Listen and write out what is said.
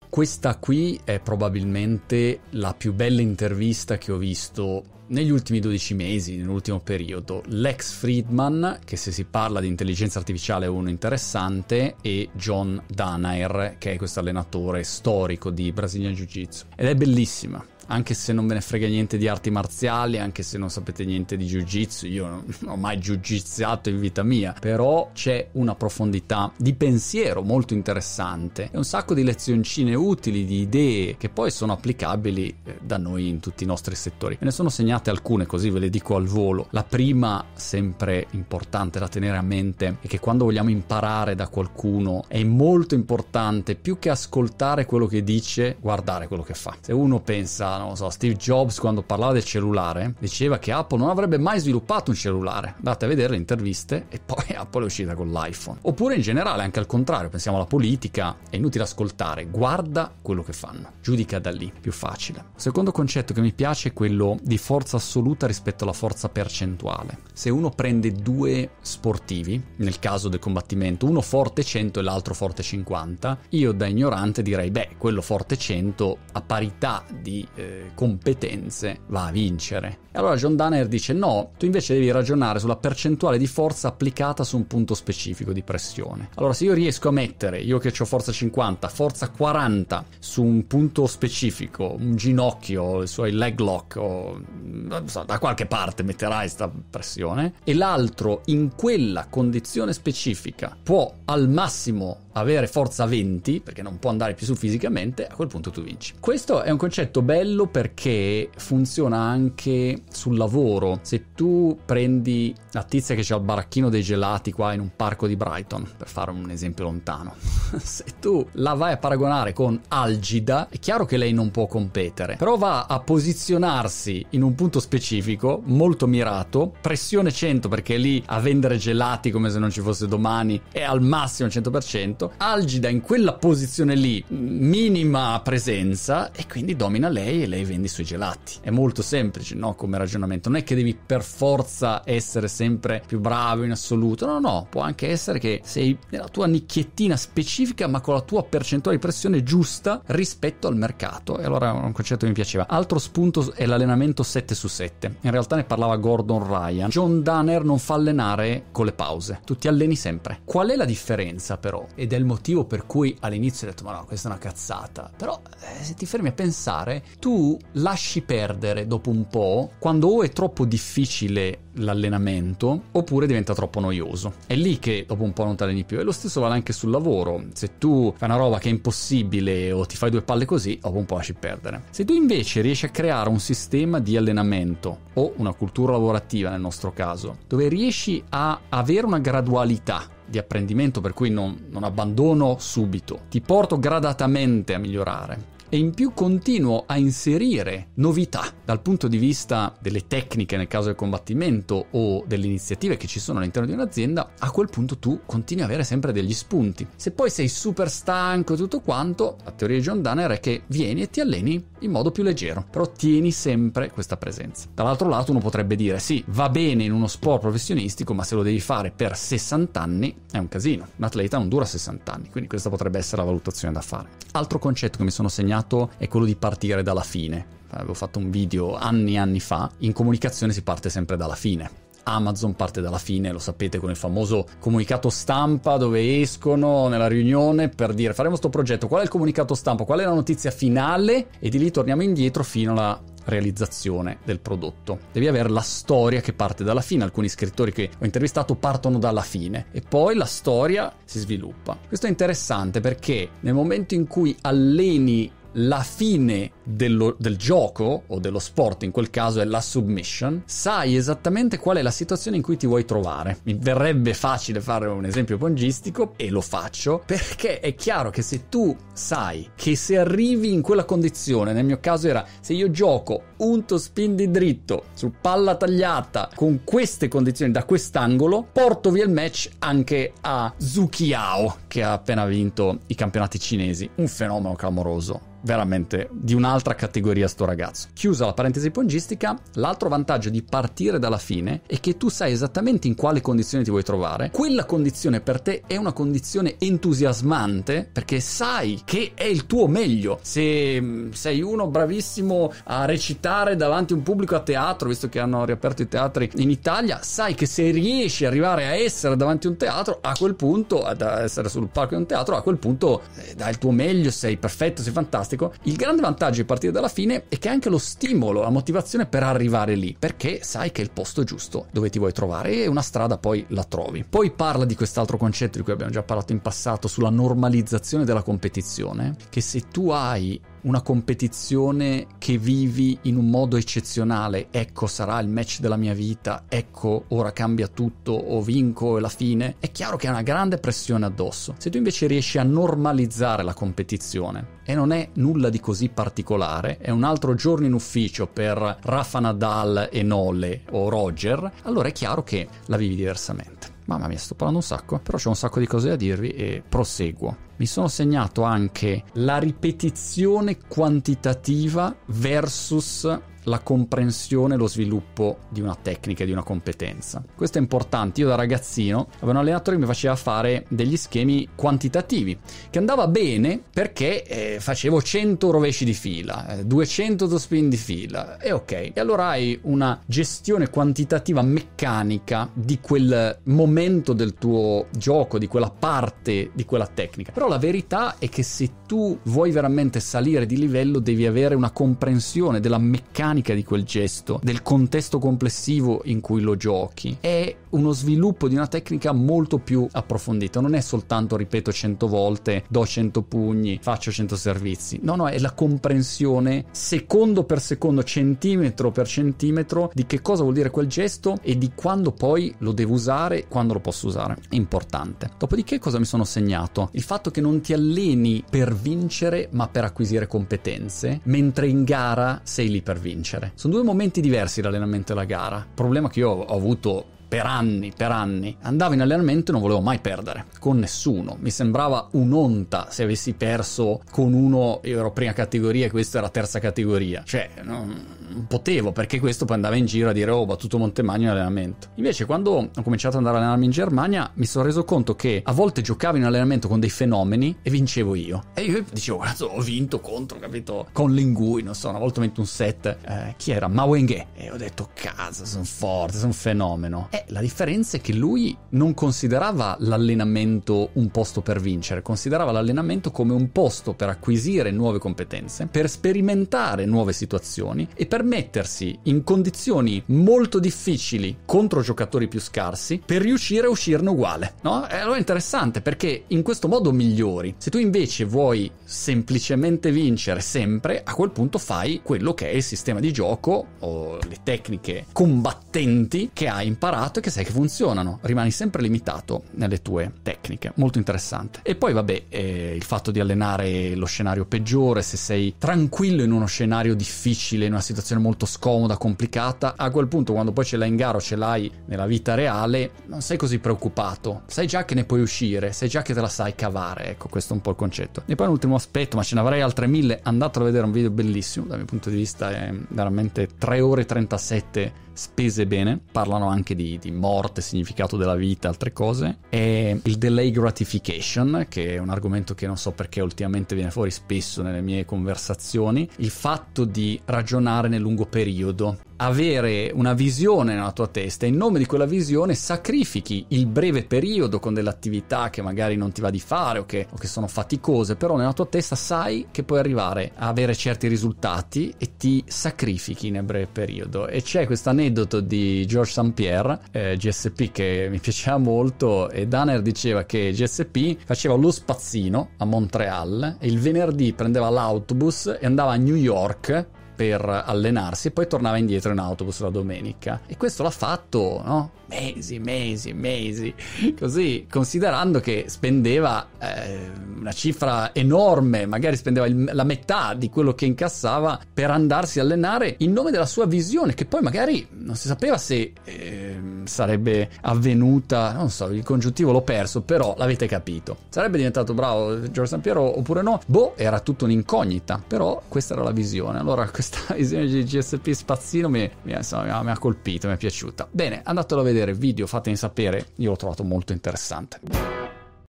Questa qui è probabilmente la più bella intervista che ho visto negli ultimi 12 mesi, nell'ultimo periodo. Lex Fridman, che se si parla di intelligenza artificiale è uno interessante, e John Danaher, che è questo allenatore storico di Brazilian Jiu-Jitsu. Ed è bellissima. Anche se non ve ne frega niente di arti marziali, anche se non sapete niente di jiu-jitsu, io non ho mai jiu-jitsato in vita mia, però c'è una profondità di pensiero molto interessante e un sacco di lezioncine utili, di idee che poi sono applicabili da noi in tutti i nostri settori. Me ne sono segnate alcune, così ve le dico al volo. La prima, sempre importante da tenere a mente, è che quando vogliamo imparare da qualcuno è molto importante, più che ascoltare quello che dice, guardare quello che fa. Se uno pensa, non lo so, Steve Jobs quando parlava del cellulare diceva che Apple non avrebbe mai sviluppato un cellulare. Andate a vedere le interviste e poi Apple è uscita con l'iPhone. Oppure in generale anche al contrario, pensiamo alla politica, è inutile ascoltare, guarda quello che fanno, giudica da lì, più facile. Il secondo concetto che mi piace è quello di forza assoluta rispetto alla forza percentuale. Se uno prende due sportivi, nel caso del combattimento, uno forte 100 e l'altro forte 50, io da ignorante direi quello forte 100 a parità di competenze va a vincere. E allora John Danaher dice no, tu invece devi ragionare sulla percentuale di forza applicata su un punto specifico di pressione. Allora se io riesco a mettere, io che ho forza 50, forza 40 su un punto specifico, un ginocchio, i suoi leg lock o non so, da qualche parte metterai sta pressione, e l'altro in quella condizione specifica può al massimo avere forza 20 perché non può andare più su fisicamente, a quel punto tu vinci. Questo è un concetto bello perché funziona anche sul lavoro. Se tu prendi la tizia che c'ha il baracchino dei gelati qua in un parco di Brighton, per fare un esempio lontano, se tu la vai a paragonare con Algida, è chiaro che lei non può competere, però va a posizionarsi in un punto specifico molto mirato, pressione 100 perché è lì a vendere gelati come se non ci fosse domani, è al massimo 100%. Algida in quella posizione lì, minima presenza, e quindi domina lei e lei vende i suoi gelati. È molto semplice, no, come ragionamento. Non è che devi per forza essere sempre più bravo in assoluto, no, può anche essere che sei nella tua nicchiettina specifica ma con la tua percentuale di pressione giusta rispetto al mercato. E allora è un concetto che mi piaceva. Altro spunto è l'allenamento 7/7. In realtà ne parlava Gordon Ryan. John Danaher non fa allenare con le pause, tu ti alleni sempre. Qual è la differenza però? Ed è il motivo per cui all'inizio ho detto ma no, questa è una cazzata, però se ti fermi a pensare, tu lasci perdere dopo un po' quando o è troppo difficile l'allenamento oppure diventa troppo noioso. È lì che dopo un po' non ti alleni più. E lo stesso vale anche sul lavoro. Se tu fai una roba che è impossibile o ti fai due palle così, dopo un po' lasci perdere. Se tu invece riesci a creare un sistema di allenamento o una cultura lavorativa nel nostro caso, dove riesci a avere una gradualità di apprendimento, per cui non abbandono subito, ti porto gradatamente a migliorare e in più continuo a inserire novità dal punto di vista delle tecniche nel caso del combattimento o delle iniziative che ci sono all'interno di un'azienda, a quel punto tu continui a avere sempre degli spunti. Se poi sei super stanco e tutto quanto, la teoria di John Danaher è che vieni e ti alleni in modo più leggero, però tieni sempre questa presenza. Dall'altro lato uno potrebbe dire sì, va bene in uno sport professionistico, ma se lo devi fare per 60 anni è un casino. Un atleta non dura 60 anni, quindi questa potrebbe essere la valutazione da fare. Altro concetto che mi sono segnato è quello di partire dalla fine. Avevo fatto un video anni fa. In comunicazione si parte sempre dalla fine. Amazon parte dalla fine, lo sapete, con il famoso comunicato stampa dove escono nella riunione per dire faremo sto progetto, qual è il comunicato stampa, qual è la notizia finale, e di lì torniamo indietro fino alla realizzazione del prodotto. Devi avere la storia che parte dalla fine. Alcuni scrittori che ho intervistato partono dalla fine e poi la storia si sviluppa. Questo è interessante perché nel momento in cui alleni la fine del gioco o dello sport, in quel caso è la submission, sai esattamente qual è la situazione in cui ti vuoi trovare. Mi verrebbe facile fare un esempio pongistico e lo faccio perché è chiaro che se tu sai che se arrivi in quella condizione, nel mio caso era se io gioco unto spin di dritto su palla tagliata con queste condizioni da quest'angolo, porto via il match anche a Zhu Qiao che ha appena vinto i campionati cinesi, un fenomeno clamoroso, veramente di un un'altra categoria sto ragazzo. Chiusa la parentesi pongistica, l'altro vantaggio di partire dalla fine è che tu sai esattamente in quale condizione ti vuoi trovare. Quella condizione per te è una condizione entusiasmante perché sai che è il tuo meglio. Se sei uno bravissimo a recitare davanti a un pubblico a teatro, visto che hanno riaperto i teatri in Italia, sai che se riesci ad arrivare a essere davanti a un teatro, a quel punto, ad essere sul palco di un teatro, a quel punto dai il tuo meglio, sei perfetto, sei fantastico. Il grande vantaggio di partire dalla fine è che anche lo stimolo, la motivazione per arrivare lì, perché sai che è il posto giusto dove ti vuoi trovare e una strada poi la trovi. Poi parla di quest'altro concetto di cui abbiamo già parlato in passato, sulla normalizzazione della competizione, che se tu hai una competizione che vivi in un modo eccezionale, ecco sarà il match della mia vita, ecco ora cambia tutto o vinco e la fine, è chiaro che è una grande pressione addosso. Se tu invece riesci a normalizzare la competizione e non è nulla di così particolare, è un altro giorno in ufficio per Rafa Nadal e Nole o Roger, allora è chiaro che la vivi diversamente. Mamma mia, sto parlando un sacco, però c'è un sacco di cose da dirvi e proseguo. Mi sono segnato anche la ripetizione quantitativa versus la comprensione e lo sviluppo di una tecnica e di una competenza. Questo è importante. Io da ragazzino avevo un allenatore che mi faceva fare degli schemi quantitativi, che andava bene perché facevo 100 rovesci di fila, 200 spin di fila, e ok. E allora hai una gestione quantitativa meccanica di quel momento del tuo gioco, di quella parte, di quella tecnica. Però la verità è che se tu vuoi veramente salire di livello devi avere una comprensione della meccanica di quel gesto, del contesto complessivo in cui lo giochi. È uno sviluppo di una tecnica molto più approfondita, non è soltanto ripeto 100 volte, do 100 pugni, faccio 100 servizi. No, è la comprensione secondo per secondo, centimetro per centimetro di che cosa vuol dire quel gesto e di quando poi lo devo usare, quando lo posso usare. È importante. Dopodiché cosa mi sono segnato? Il fatto che non ti alleni per vincere ma per acquisire competenze, mentre in gara sei lì per vincere. Sono due momenti diversi, l'allenamento e la gara. Problema che io ho avuto per anni. Andavo in allenamento e non volevo mai perdere con nessuno. Mi sembrava un'onta se avessi perso con uno. Io ero prima categoria e questo era terza categoria. Cioè non potevo, perché questo poi andava in giro a dire ho battuto Montemagno in allenamento. Invece quando ho cominciato ad andare a allenarmi in Germania mi sono reso conto che a volte giocavo in allenamento con dei fenomeni e vincevo io. E io dicevo cazzo, ho vinto contro, capito, con Lingui, non so, una volta ho vinto un set, chi era? Ma Wenge. E ho detto cazzo, sono forte, sono un fenomeno. La differenza è che lui non considerava l'allenamento un posto per vincere, considerava l'allenamento come un posto per acquisire nuove competenze, per sperimentare nuove situazioni e per mettersi in condizioni molto difficili contro giocatori più scarsi per riuscire a uscirne uguale, no? E allora è interessante perché in questo modo migliori. Se tu invece vuoi semplicemente vincere sempre, a quel punto fai quello che è il sistema di gioco o le tecniche combattenti che hai imparato e che sai che funzionano, rimani sempre limitato nelle tue tecniche. Molto interessante. E poi vabbè, il fatto di allenare lo scenario peggiore, se sei tranquillo in uno scenario difficile, in una situazione molto scomoda, complicata, a quel punto quando poi ce l'hai in gara o ce l'hai nella vita reale non sei così preoccupato, sai già che ne puoi uscire, sai già che te la sai cavare. Ecco, questo è un po' il concetto. E poi un ultimo aspetto, ma ce ne avrei altre 1000, andatelo a vedere, un video bellissimo dal mio punto di vista, è veramente 3 ore e 37 spese bene, parlano anche di morte, significato della vita, altre cose. E il delay gratification, che è un argomento che non so perché ultimamente viene fuori spesso nelle mie conversazioni, il fatto di ragionare nel lungo periodo, avere una visione nella tua testa e in nome di quella visione sacrifichi il breve periodo con delle attività che magari non ti va di fare o che sono faticose, però nella tua testa sai che puoi arrivare a avere certi risultati e ti sacrifichi nel breve periodo. E c'è questo aneddoto di Georges St. Pierre, GSP, che mi piaceva molto, e Danner diceva che GSP faceva lo spazzino a Montreal e il venerdì prendeva l'autobus e andava a New York per allenarsi e poi tornava indietro in autobus la domenica. E questo l'ha fatto, no? Mesi, così, considerando che spendeva una cifra enorme, magari spendeva la metà di quello che incassava per andarsi a allenare in nome della sua visione, che poi magari non si sapeva se sarebbe avvenuta, non so, il congiuntivo l'ho perso, però l'avete capito. Sarebbe diventato bravo George St. Pierre oppure no? Era tutta un'incognita, però questa era la visione. Allora questa visione di GSP spazzino mi ha colpito, mi è piaciuta. Bene, andatelo a vedere, video, fatemi sapere, io l'ho trovato molto interessante.